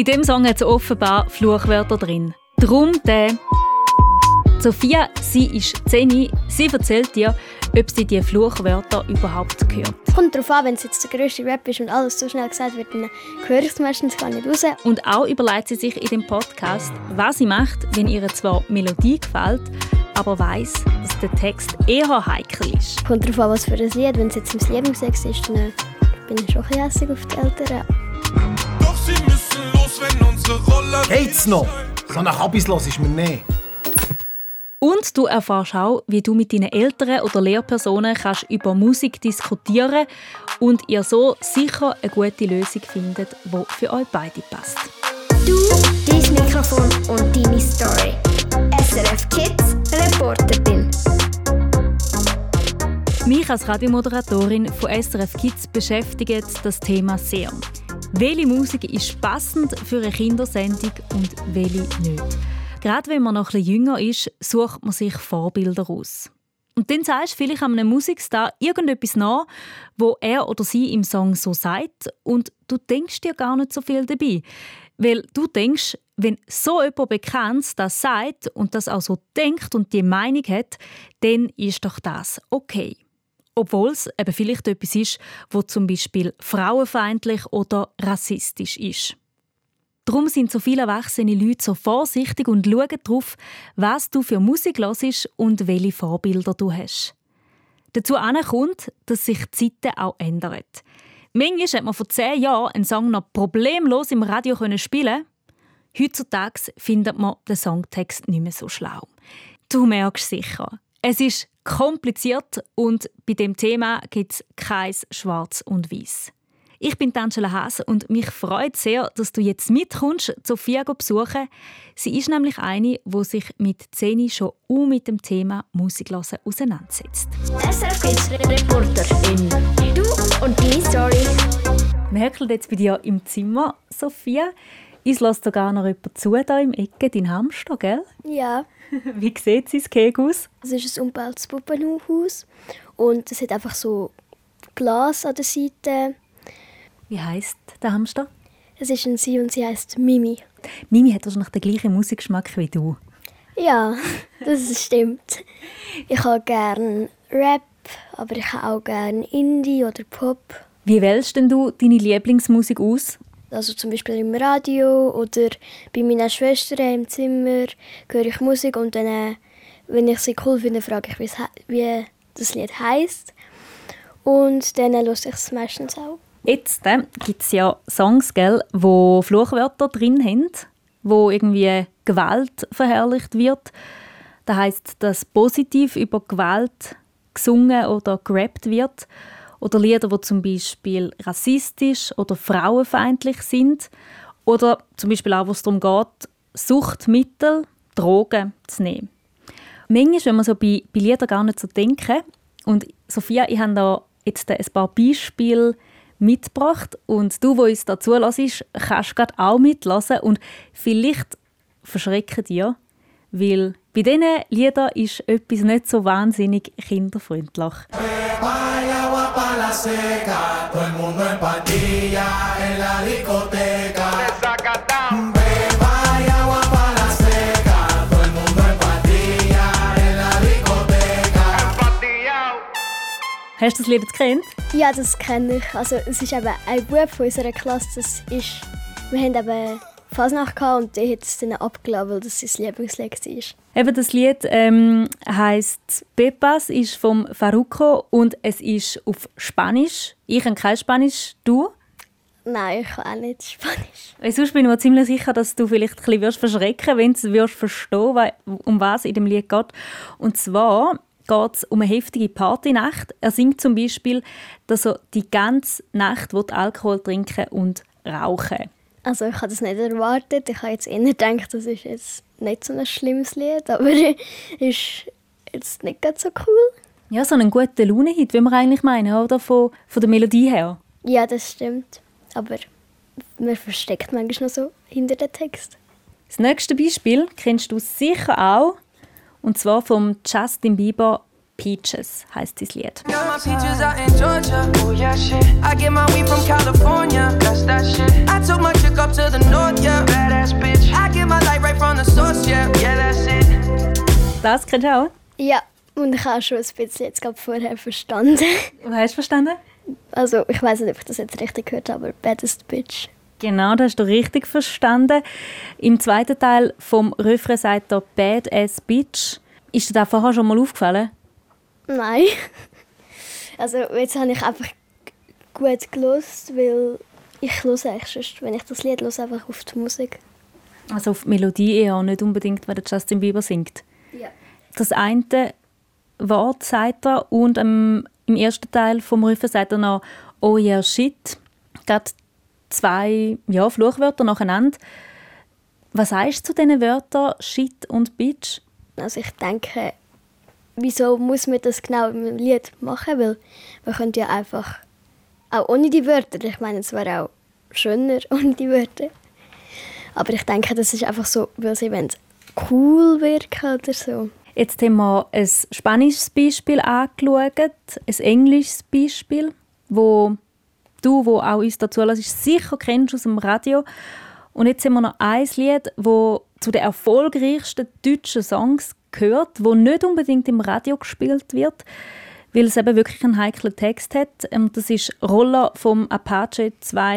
In diesem Song hat es offenbar Fluchwörter drin. Darum der Sophia, sie ist 10, sie erzählt dir, ob sie diese Fluchwörter überhaupt hört. Kommt darauf an, wenn es jetzt der grösste Rap ist und alles so schnell gesagt wird, dann höre ich es meistens gar nicht raus. Und auch überlegt sie sich in dem Podcast, was sie macht, wenn ihr zwar Melodie gefällt, aber weiss, dass der Text eher heikel ist. Kommt darauf an, was für ein Lied. Wenn es jetzt mein Lieblingsex ist, dann bin ich schon ein bisschen hässig auf die Eltern. Doch sie müssen los, wenn unsere Rolle... Geht's noch? So nach Habislos ist mir nicht. Und du erfährst auch, wie du mit deinen Eltern oder Lehrpersonen kannst über Musik diskutieren und ihr so sicher eine gute Lösung findet, die für euch beide passt. Du, dein Mikrofon und deine Story. SRF Kids Reporterin. Mich als Radiomoderatorin von SRF Kids beschäftigt das Thema sehr. Welche Musik ist passend für eine Kindersendung und welche nicht? Gerade wenn man noch etwas jünger ist, sucht man sich Vorbilder aus. Und dann sagst du vielleicht einem Musikstar irgendetwas nach, wo er oder sie im Song so sagt, und du denkst dir gar nicht so viel dabei. Weil du denkst, wenn so jemand Bekanntes das sagt und das auch so denkt und die Meinung hat, dann ist doch das okay. Obwohl es eben vielleicht etwas ist, das zum Beispiel frauenfeindlich oder rassistisch ist. Darum sind so viele erwachsene Leute so vorsichtig und schauen darauf, was du für Musik hörst und welche Vorbilder du hast. Dazu kommt, dass sich die Zeiten auch ändern. Manchmal hat man vor 10 Jahren einen Song noch problemlos im Radio spielen. Heutzutage findet man den Songtext nicht mehr so schlau. Du merkst sicher, es ist kompliziert und bei dem Thema gibt es kein Schwarz und Weiß. Ich bin Angela Haas und mich freut sehr, dass du jetzt mitkommst, Sophia besuchen. Sie ist nämlich eine, die sich mit 10 schon mit dem Thema Musik hören auseinandersetzt. SRF Kids Reporterin. Du und deine Story. Merkelt jetzt bei dir im Zimmer, Sophia? Uns lässt sogar noch jemand zu, hier im Ecke, dein Hamster, gell? Ja, Wie sieht sein Keg aus? es ist ein umgebautes Puppenhaus und es hat einfach so Glas an der Seite. Wie heisst der Hamster? Es ist ein Sie und sie heisst Mimi. Mimi hat wahrscheinlich den gleichen Musikgeschmack wie du. Ja, das stimmt. Ich habe gerne Rap, aber ich habe auch gerne Indie oder Pop. Wie wählst denn du deine Lieblingsmusik aus? Also zum Beispiel im Radio oder bei meiner Schwester im Zimmer höre ich Musik und dann, wenn ich sie cool finde, frage ich, wie das Lied heisst. Und dann höre ich es meistens auch. Jetzt gibt es ja Songs, gell, wo Fluchwörter drin haben, wo irgendwie Gewalt verherrlicht wird. Das heisst, dass positiv über Gewalt gesungen oder gerappt wird. Oder Lieder, die zum Beispiel rassistisch oder frauenfeindlich sind. Oder zum Beispiel auch, wo es darum geht, Suchtmittel, Drogen zu nehmen. Manchmal, wenn man so bei Liedern gar nicht so denken. Und Sophia, ich habe da jetzt ein paar Beispiele mitgebracht. Und du, der uns da zuhörst, kannst gerade auch mitlassen. Und vielleicht verschrecken dir, weil bei diesen Liedern ist etwas nicht so wahnsinnig kinderfreundlich. Hast du das Lied jetzt gekannt? Ja, das kenne ich. Also, es ist eben ein Bub von unserer Klasse. Wir haben eben Fasnacht gehabt und der hat es dann abgelassen, weil das sein Lieblingslied war. Eben das Lied heisst «Pepas», ist vom Farruko und es ist auf Spanisch. Ich kann kein Spanisch, du? Nein, ich kann auch nicht Spanisch. Sonst bin ich mir ziemlich sicher, dass du vielleicht ein bisschen verschrecken wirst, wenn du verstehen wirst, um was in dem Lied geht. Und zwar geht es um eine heftige Partynacht. Er singt zum Beispiel, dass er die ganze Nacht Alkohol trinken und rauchen. Also ich habe das nicht erwartet. Ich habe jetzt eher gedacht, das ist jetzt nicht so ein schlimmes Lied, aber es ist jetzt nicht ganz so cool. Ja, so einen guten Laune-Hit, wie wir eigentlich meinen, oder? Von der Melodie her. Ja, das stimmt. Aber man versteckt manchmal noch so hinter dem Text. Das nächste Beispiel kennst du sicher auch. Und zwar vom Justin Bieber Peaches heisst sein Lied. Got my peaches out in Georgia. Oh yeah, shit. I get my weed from California. That's that shit. I took my chick up to the north, yeah. Badass bitch. I get my light right from the source, yeah. Yeah, that's it. Das kennst du auch? Ja, und ich habe schon ein bisschen jetzt gerade vorher verstanden. Was hast du verstanden? Also, ich weiß nicht, ob ich das jetzt richtig gehört habe, aber Baddest Bitch. Genau, das hast du richtig verstanden. Im zweiten Teil vom Refrain sagt er «Badass Bitch». Ist dir das vorher schon mal aufgefallen? Nein. Also, jetzt habe ich einfach gut gehört, weil ich höre eigentlich sonst, wenn ich das Lied höre, einfach auf die Musik. Also auf die Melodie eher, nicht unbedingt, wenn der Justin Bieber singt. Ja. Das eine Wort sagt er und im ersten Teil vom Refrain sagt er noch «Oh yeah, shit». Gerade 2 Fluchwörter nacheinander. Was sagst du zu diesen Wörtern «Shit» und «Bitch»? Also ich denke, wieso muss man das genau im Lied machen? Weil man könnte ja einfach, auch ohne die Wörter, ich meine, es wäre auch schöner ohne die Wörter. Aber ich denke, das ist einfach so, weil sie cool wirken oder so. Jetzt haben wir ein spanisches Beispiel angeschaut, ein englisches Beispiel, wo du, wo auch uns dazu hörst, sicher kennst aus dem Radio. Und jetzt haben wir noch ein Lied, das zu den erfolgreichsten deutschen Songs gehört, das nicht unbedingt im Radio gespielt wird, weil es eben wirklich einen heiklen Text hat. Das ist «Roller» vom Apache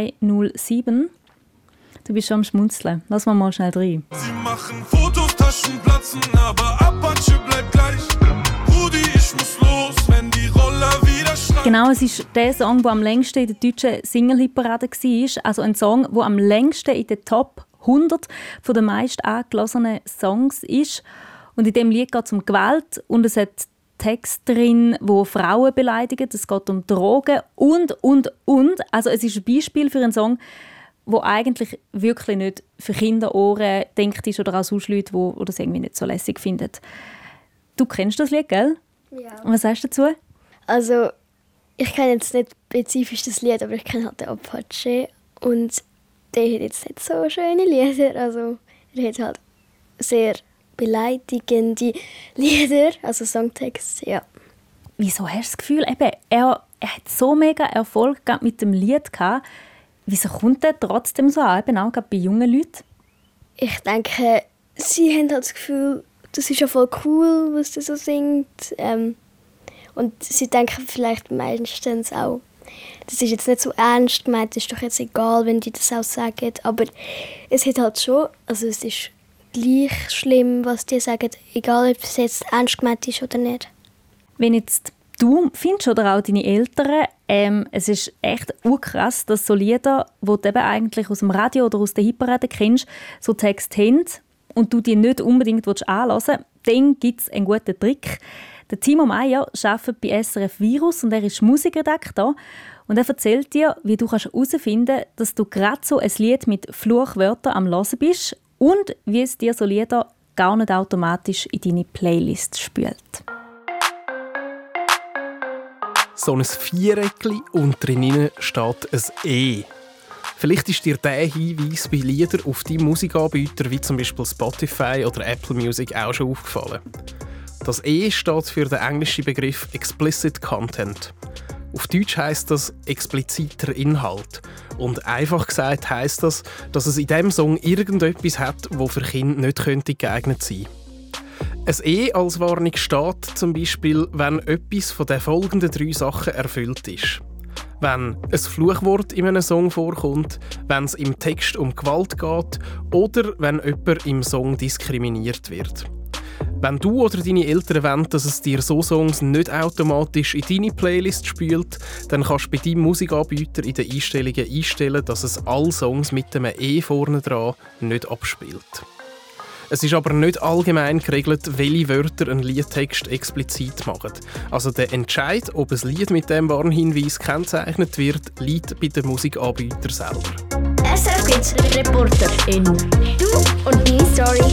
207. Du bist schon am Schmunzeln. Lass mal schnell rein. Sie machen Fotos, Taschen platzen, aber Apache bleibt gleich. Rudi, ich muss los, wenn die Roller wieder schreien. Genau, es ist der Song, der am längsten in der deutschen Single-Hitparade war. Also ein Song, der am längsten in den Top 100 der meist angelassenen Songs ist. Und in diesem Lied geht es um Gewalt und es hat Texte drin, wo Frauen beleidigen. Es geht um Drogen und. Also es ist ein Beispiel für einen Song, wo eigentlich wirklich nicht für Kinderohren denkt ist oder auch sonst Leute, die das irgendwie nicht so lässig finden. Du kennst das Lied, gell? Ja. Was sagst du dazu? Also, ich kenne jetzt nicht spezifisch das Lied, aber ich kenne halt den Apache. Und der hat jetzt nicht so schöne Lieder. Also, er hat halt sehr beleidigende Lieder, also Songtexte, ja. Wieso hast du das Gefühl, eben, er hat so mega Erfolg mit dem Lied gehabt. Wieso kommt er trotzdem so an, eben auch gerade bei jungen Leuten? Ich denke, sie haben halt das Gefühl, das ist ja voll cool, was er so singt. Und sie denken vielleicht meistens auch, das ist jetzt nicht so ernst gemeint, ist doch jetzt egal, wenn die das auch sagen. Aber es hat halt schon, also es ist gleich schlimm, was die sagen, egal ob es jetzt ernst gemeint ist oder nicht. Wenn jetzt du findest oder auch deine Eltern, es ist echt urkrass, dass so Lieder, die du eben eigentlich aus dem Radio oder aus der Hitparade kennst, so Texte haben und du die nicht unbedingt anhören willst, dann gibt es einen guten Trick. Der Timo Meyer arbeitet bei SRF Virus und er ist Musikredakteur. Und er erzählt dir, wie du herausfinden kannst, dass du gerade so ein Lied mit Fluchwörtern am Hören bist und wie es dir so Lieder gar nicht automatisch in deine Playlist spült. So ein Viereckli und drinnen steht ein E. Vielleicht ist dir dieser Hinweis bei Liedern auf die Musikanbieter wie zum Beispiel Spotify oder Apple Music auch schon aufgefallen. Das E steht für den englischen Begriff Explicit Content. Auf Deutsch heisst das expliziter Inhalt. Und einfach gesagt heisst das, dass es in diesem Song irgendetwas hat, das für Kinder nicht geeignet sein könnte. Ein E als Warnung steht zum Beispiel, wenn etwas von den folgenden 3 Sachen erfüllt ist. Wenn ein Fluchwort in einem Song vorkommt, wenn es im Text um Gewalt geht oder wenn jemand im Song diskriminiert wird. Wenn du oder deine Eltern wollen, dass es dir so Songs nicht automatisch in deine Playlist spült, dann kannst du bei deinem Musikanbieter in den Einstellungen einstellen, dass es alle Songs mit einem E vorne dran nicht abspielt. Es ist aber nicht allgemein geregelt, welche Wörter einen Liedtext explizit machen. Also der Entscheid, ob ein Lied mit diesem Warnhinweis gekennzeichnet wird, liegt bei dem Musikanbieter selber. SRF Kids Reporterin. Du und deine Story.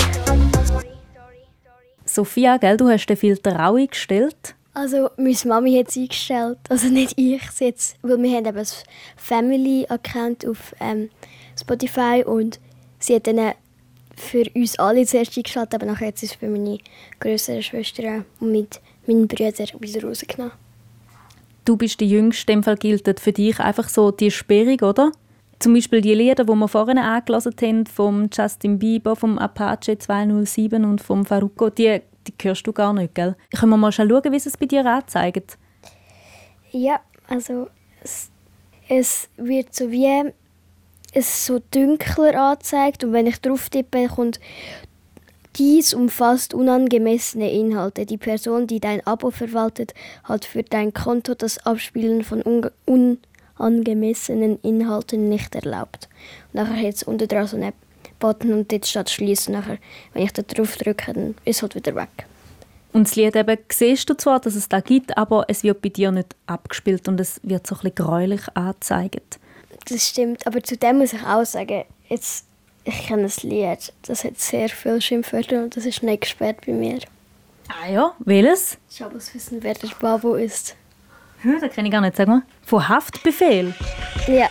Sophia, gell, du hast den Filter auch eingestellt. Also meine Mami hat es eingestellt, also nicht ich jetzt, weil wir haben eben ein Family-Account auf Spotify und sie hat dann für uns alle zuerst eingeschaltet, aber nachher ist es für meine grössere Schwester und mit meinen Brüdern wieder rausgenommen. Du bist die Jüngste, in dem Fall gilt für dich einfach so die Sperrung, oder? Zum Beispiel die Lieder, die wir vorhin angelassen haben, vom Justin Bieber, vom Apache 207 und vom Farruko, die hörst du gar nicht, gell? Können wir mal schauen, wie es bei dir anzeigt? Ja, also es wird so wie es so dunkler angezeigt und wenn ich drauf tippe, kommt dies umfasst unangemessene Inhalte. Die Person, die dein Abo verwaltet, hat für dein Konto das Abspielen von unangemessenen Inhalten nicht erlaubt. Und nachher hat es unten dran so einen Button und dort steht «Schließen». Nachher, wenn ich da drauf drücke, dann ist es halt wieder weg. Und das Lied eben, siehst du zwar, dass es da gibt, aber es wird bei dir nicht abgespielt und es wird so ein bisschen gräulich angezeigt. Das stimmt, aber zu dem muss ich auch sagen, jetzt, ich kenne das Lied, das hat sehr viele Schimpfwörter und das ist nicht gesperrt bei mir. Ah ja, welches? Ich muss wissen, wer der Babo ist. Das kann ich gar nicht sagen. Von Haftbefehl? Ja.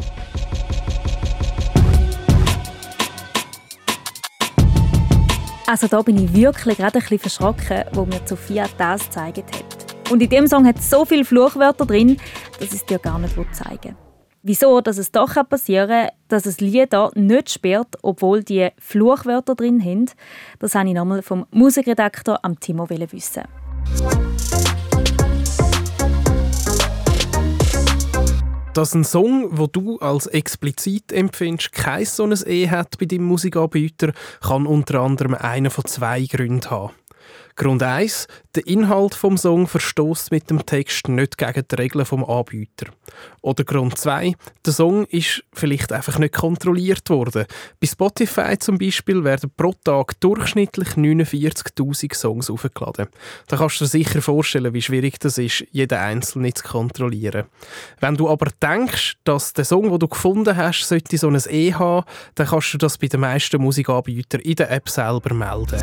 Also da bin ich wirklich gerade ein bisschen verschrocken, wo mir Sophia das gezeigt hat. Und in diesem Song hat es so viele Fluchwörter drin, dass ich es dir gar nicht zeigen will. Wieso dass es doch passieren kann, dass es Lieder nicht sperrt, obwohl die Fluchwörter drin haben, das wollte ich nochmal vom Musikredakteur Timo wissen. Dass ein Song, den du als explizit empfindest, kein so ein E hat bei deinem Musikanbieter, kann unter anderem einen von 2 Gründen haben. Grund 1. Der Inhalt des Songs verstößt mit dem Text nicht gegen die Regeln des Anbieters. Oder Grund 2. Der Song ist vielleicht einfach nicht kontrolliert worden. Bei Spotify zum Beispiel werden pro Tag durchschnittlich 49'000 Songs aufgeladen. Da kannst du dir sicher vorstellen, wie schwierig das ist, jeden einzelnen zu kontrollieren. Wenn du aber denkst, dass der Song, den du gefunden hast, sollte so ein E haben, dann kannst du das bei den meisten Musikanbietern in der App selber melden.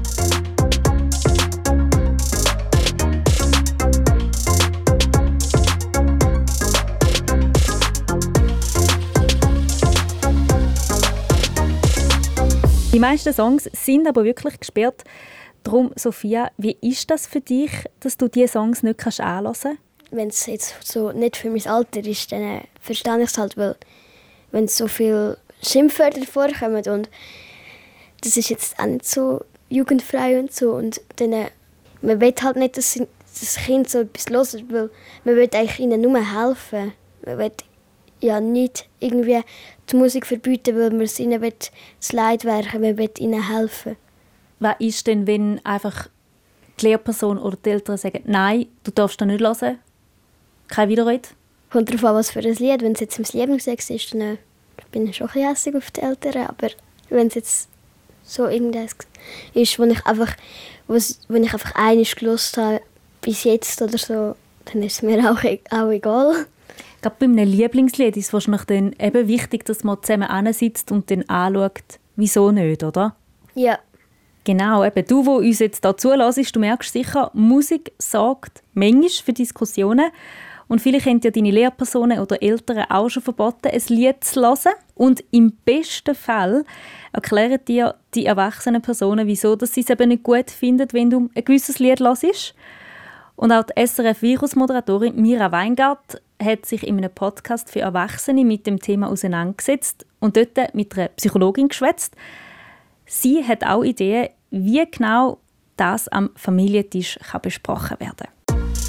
Die meisten Songs sind aber wirklich gesperrt. Darum, Sophia, wie ist das für dich, dass du diese Songs nicht anhören kannst? Wenn es jetzt so nicht für mein Alter ist, dann verstehe ich es halt, weil wenn so viele Schimpfwörter vorkommen und das ist jetzt auch nicht so jugendfrei und so und dann, man will halt nicht, dass das Kind so etwas los ist, weil man will eigentlich ihnen nur helfen. Man will ja nicht irgendwie die Musik verbieten, weil man es ihnen das Leid werken will, man will ihnen helfen. Was ist denn, wenn einfach die Lehrperson oder die Eltern sagen, nein, du darfst das nicht hören? Keine Widerrede? Kommt darauf an, was für ein Lied. Wenn es jetzt im Lieblingsex ist, dann bin ich schon ein bisschen hässig auf die Eltern. Aber wenn es jetzt so irgendwas ist, wo ich einfach einmal gehört habe, bis jetzt oder so, dann ist es mir auch egal. Gerade bei einem Lieblingslied ist es wahrscheinlich dann eben wichtig, dass man zusammen sitzt und dann anschaut, wieso nicht, oder? Ja. Genau, eben du, der uns jetzt hier zuhörst, du merkst sicher, Musik sorgt manchmal für Diskussionen. Und vielleicht haben ja deine Lehrpersonen oder Eltern auch schon verboten, ein Lied zu hören. Und im besten Fall erklären dir die erwachsenen Personen, wieso dass sie es eben nicht gut finden, wenn du ein gewisses Lied hörst. Und auch die SRF-Virus-Moderatorin Mira Weingart hat sich in einem Podcast für Erwachsene mit dem Thema auseinandergesetzt und dort mit einer Psychologin geschwätzt. Sie hat auch Ideen, wie genau das am Familientisch besprochen werden kann.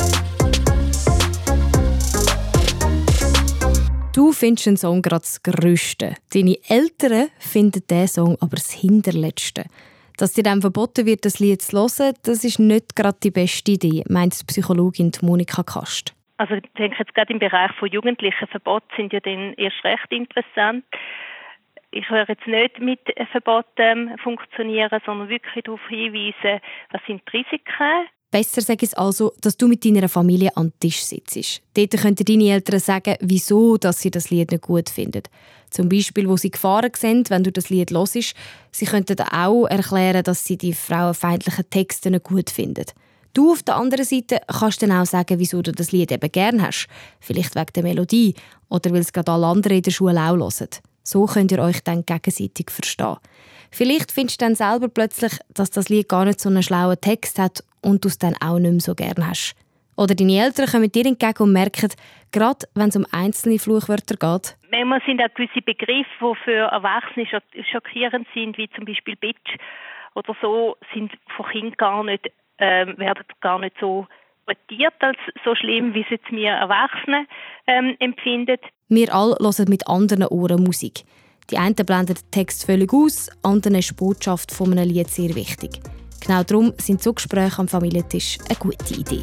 Du findest einen Song gerade das Grösste. Deine Eltern finden diesen Song aber das Hinterletzte. Dass dir dann verboten wird, das Lied zu hören, das ist nicht gerade die beste Idee, meint die Psychologin Monika Kast. Also ich denke jetzt gerade im Bereich von jugendlichen Verboten sind ja dann erst recht interessant. Ich höre jetzt nicht mit Verboten funktionieren, sondern wirklich darauf hinweisen, was sind die Risiken. Besser sage ich es also, dass du mit deiner Familie an den Tisch sitzt. Dort könnten deine Eltern sagen, wieso dass sie das Lied nicht gut finden. Zum Beispiel, wo sie Gefahren sehen, wenn du das Lied hörst. Sie könnten auch erklären, dass sie die frauenfeindlichen Texte nicht gut finden. Du auf der anderen Seite kannst dann auch sagen, wieso du das Lied eben gerne hast. Vielleicht wegen der Melodie oder weil es gerade alle anderen in der Schule auch hören. So könnt ihr euch dann gegenseitig verstehen. Vielleicht findest du dann selber plötzlich, dass das Lied gar nicht so einen schlauen Text hat und du es dann auch nicht mehr so gerne hast. Oder deine Eltern kommen dir entgegen und merken, gerade wenn es um einzelne Fluchwörter geht. Manchmal sind auch gewisse Begriffe, die für Erwachsene schockierend sind, wie zum Beispiel Bitch oder so, sind von Kindern werden gar nicht so portiert als so schlimm, wie es jetzt wir Erwachsene empfinden. Wir alle hören mit anderen Ohren Musik. Die einen blenden den Text völlig aus, anderen ist die Botschaft von einem Lied sehr wichtig. Genau darum sind so Gespräche am Familientisch eine gute Idee.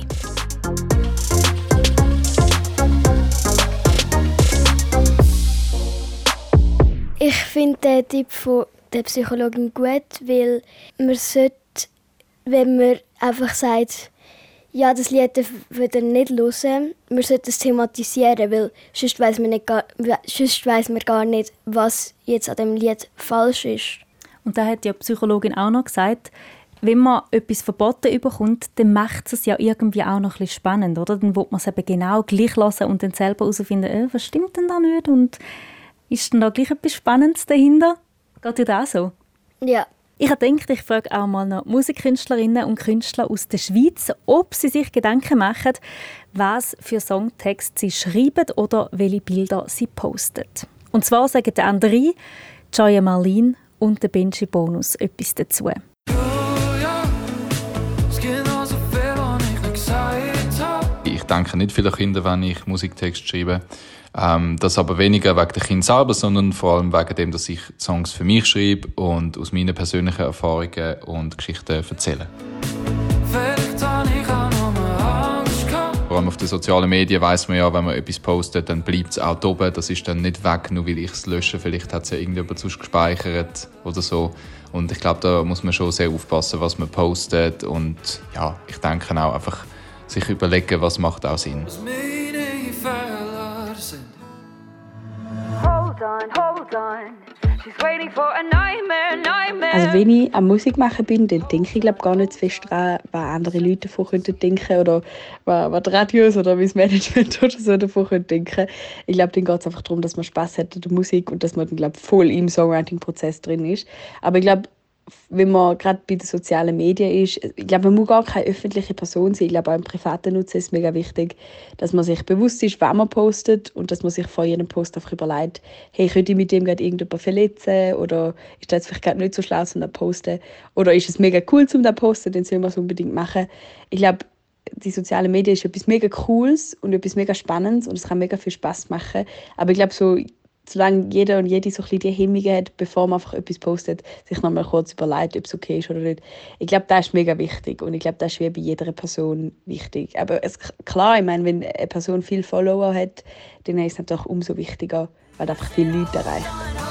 Ich finde den Tipp von der Psychologin gut, weil man sollte, wenn man einfach sagt, ja, das Lied würde er nicht hören, man sollte es thematisieren, weil sonst weiss man gar nicht, was jetzt an dem Lied falsch ist. Und da hat ja die Psychologin auch noch gesagt, wenn man etwas verboten bekommt, dann macht es ja irgendwie auch noch ein bisschen spannend, oder? Dann will man es eben genau gleich hören und dann selber herausfinden, was stimmt denn da nicht und ist denn da gleich etwas Spannendes dahinter? Geht dir das so? Ja. Ich habe gedacht, ich frage auch mal noch Musikkünstlerinnen und Künstler aus der Schweiz, ob sie sich Gedanken machen, was für Songtexte sie schreiben oder welche Bilder sie posten. Und zwar sagen der André, Joya Marlene und der Benji Bonus etwas dazu. Ich denke nicht viele Kinder, wenn ich Musiktext schreibe. Das aber weniger wegen der Kinder selber, sondern vor allem wegen dem, dass ich Songs für mich schreibe und aus meinen persönlichen Erfahrungen und Geschichten erzähle. Vor allem auf den sozialen Medien weiss man ja, wenn man etwas postet, dann bleibt es auch oben. Das ist dann nicht weg, nur weil ich es lösche. Vielleicht hat es ja irgendjemand sonst gespeichert oder so. Und ich glaube, da muss man schon sehr aufpassen, was man postet. Und ja, ich denke auch einfach sich überlegen, was macht auch Sinn. Also wenn ich am Musik machen bin, dann denke ich gar nicht so fest daran, was andere Leute davon denken könnten oder was die Radios oder mein Management oder so davon denken könnten. Ich glaube, dann geht es einfach darum, dass man Spass hat an der Musik und dass man dann, voll im Songwriting-Prozess drin ist. Aber ich glaube, wenn man gerade bei den sozialen Medien ist, ich glaube, man muss gar keine öffentliche Person sein. Ich glaube, auch im privaten Nutzen ist es mega wichtig, dass man sich bewusst ist, was man postet und dass man sich vor jedem Post einfach überlegt, hey, könnte ich mit dem gerade irgendjemanden verletzen oder ist das jetzt vielleicht gerade nicht so schlau, um das posten oder ist es mega cool, um das zu posten, dann soll man es unbedingt machen. Ich glaube, die sozialen Medien ist etwas mega Cooles und etwas mega Spannendes und es kann mega viel Spass machen. Aber ich glaube, solange jeder und jede so ein bisschen die Hemmungen hat, bevor man einfach etwas postet, sich noch mal kurz überlegt, ob es okay ist oder nicht. Ich glaube, das ist mega wichtig und ich glaube, das ist wie bei jeder Person wichtig. Aber klar, ich meine, wenn eine Person viele Follower hat, dann ist es natürlich umso wichtiger, weil einfach viele Leute erreicht.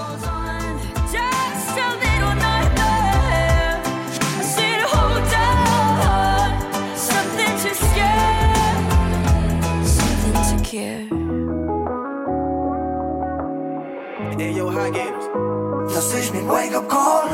Das ist mein Wake-up-Call.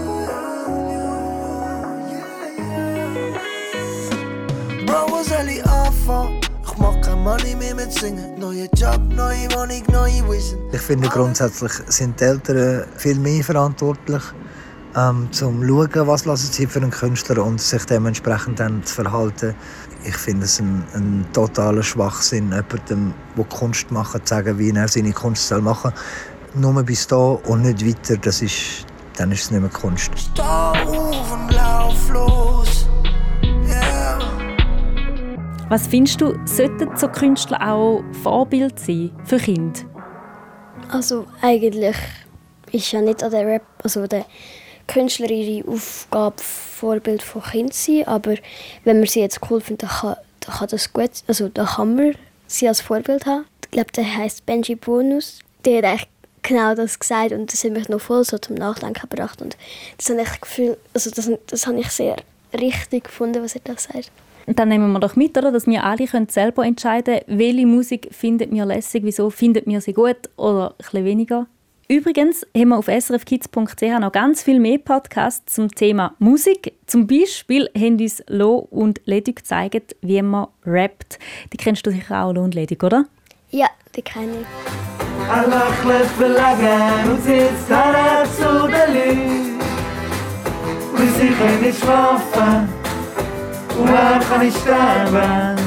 Bro, wo soll ich anfangen? Ich mach kein Money mehr mit Singen. Neuer Job, neue Wohnung, neue Wissen. Ich finde, grundsätzlich sind die Eltern viel mehr verantwortlich, zum schauen, was lassen sie für einen Künstler und sich dementsprechend dann zu verhalten. Ich finde es ein totaler Schwachsinn, jemandem, der Kunst macht, zu sagen, wie er seine Kunst machen soll. Nur bis da und nicht weiter, dann ist es nicht mehr Kunst. Steh auf und lauf los. Yeah. Was findest du, sollten so Künstler auch Vorbild sein für Kinder? Also eigentlich ist ja nicht an der Künstler ihre Aufgabe Vorbild von Kindern sein, aber wenn man sie jetzt cool findet, dann kann das gut, also dann kann man sie als Vorbild haben. Ich glaube, der heisst Benji Bonus. Der hat eigentlich genau das gesagt und das hat mich noch voll so zum Nachdenken gebracht und das habe ich Gefühl, also das habe ich sehr richtig gefunden, was er da sagt. Und dann nehmen wir doch mit, oder, dass wir alle selber entscheiden können, welche Musik findet wir lässig, wieso findet wir sie gut oder ein bisschen weniger. Übrigens haben wir auf srfkids.ch noch ganz viel mehr Podcasts zum Thema Musik. Zum Beispiel haben uns Lo und Ledig gezeigt, wie man rappt. Die kennst du sicher auch, Lo und Ledig, oder? Ja, die kenne ich. Ein Lächeln verlegen und sitzt her zu den Leuten. Und sie können nicht schlafen woher kann ich sterben?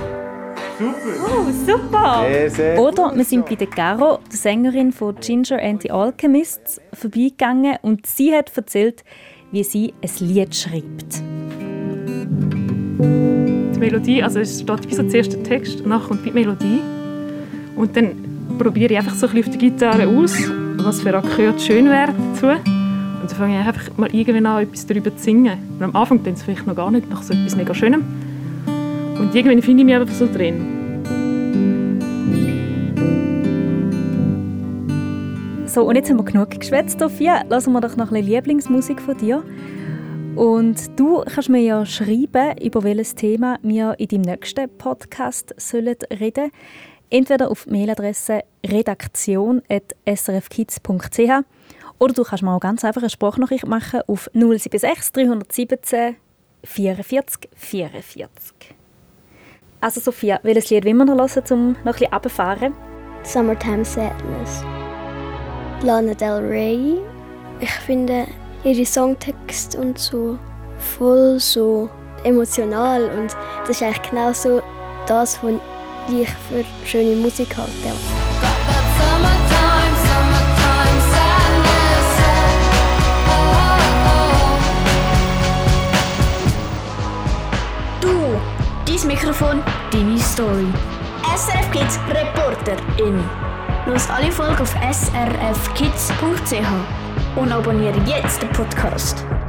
Super! Sehr, sehr Oder gut. wir sind bei der Caro, der Sängerin von Ginger and the Alchemists, vorbeigegangen und sie hat erzählt, wie sie ein Lied schreibt. Die Melodie, also es steht wie so zuerst der Text, und nachher kommt die Melodie. Und dann probiere ich einfach so ein bisschen auf der Gitarre aus, was für Akkorde schön wäre dazu. Und dann fange ich einfach mal irgendwann an, etwas darüber zu singen. Und am Anfang dann vielleicht noch gar nicht, nach so etwas mega Schönem. Und irgendwann finde ich mich einfach so drin. So, und jetzt haben wir genug geschwätzt, Sophia. Lassen wir doch noch ein bisschen Lieblingsmusik von dir. Und du kannst mir ja schreiben, über welches Thema wir in deinem nächsten Podcast reden sollen. Entweder auf die Mailadresse redaktion@srfkids.ch oder du kannst mir auch ganz einfach eine Sprachnachricht machen auf 076 317 44 44. Also Sophia, welches Lied wollen wir noch hören, um noch ein bisschen runterzufahren? Summertime Sadness. Lana Del Rey. Ich finde ihre Songtext und so voll so emotional und das ist eigentlich genau so das, was ich für schöne Musik halte. Du, dein Mikrofon, deine Story. SRF Kids Reporterin. Los alle Folgen auf srfkids.ch und abonniere jetzt den Podcast.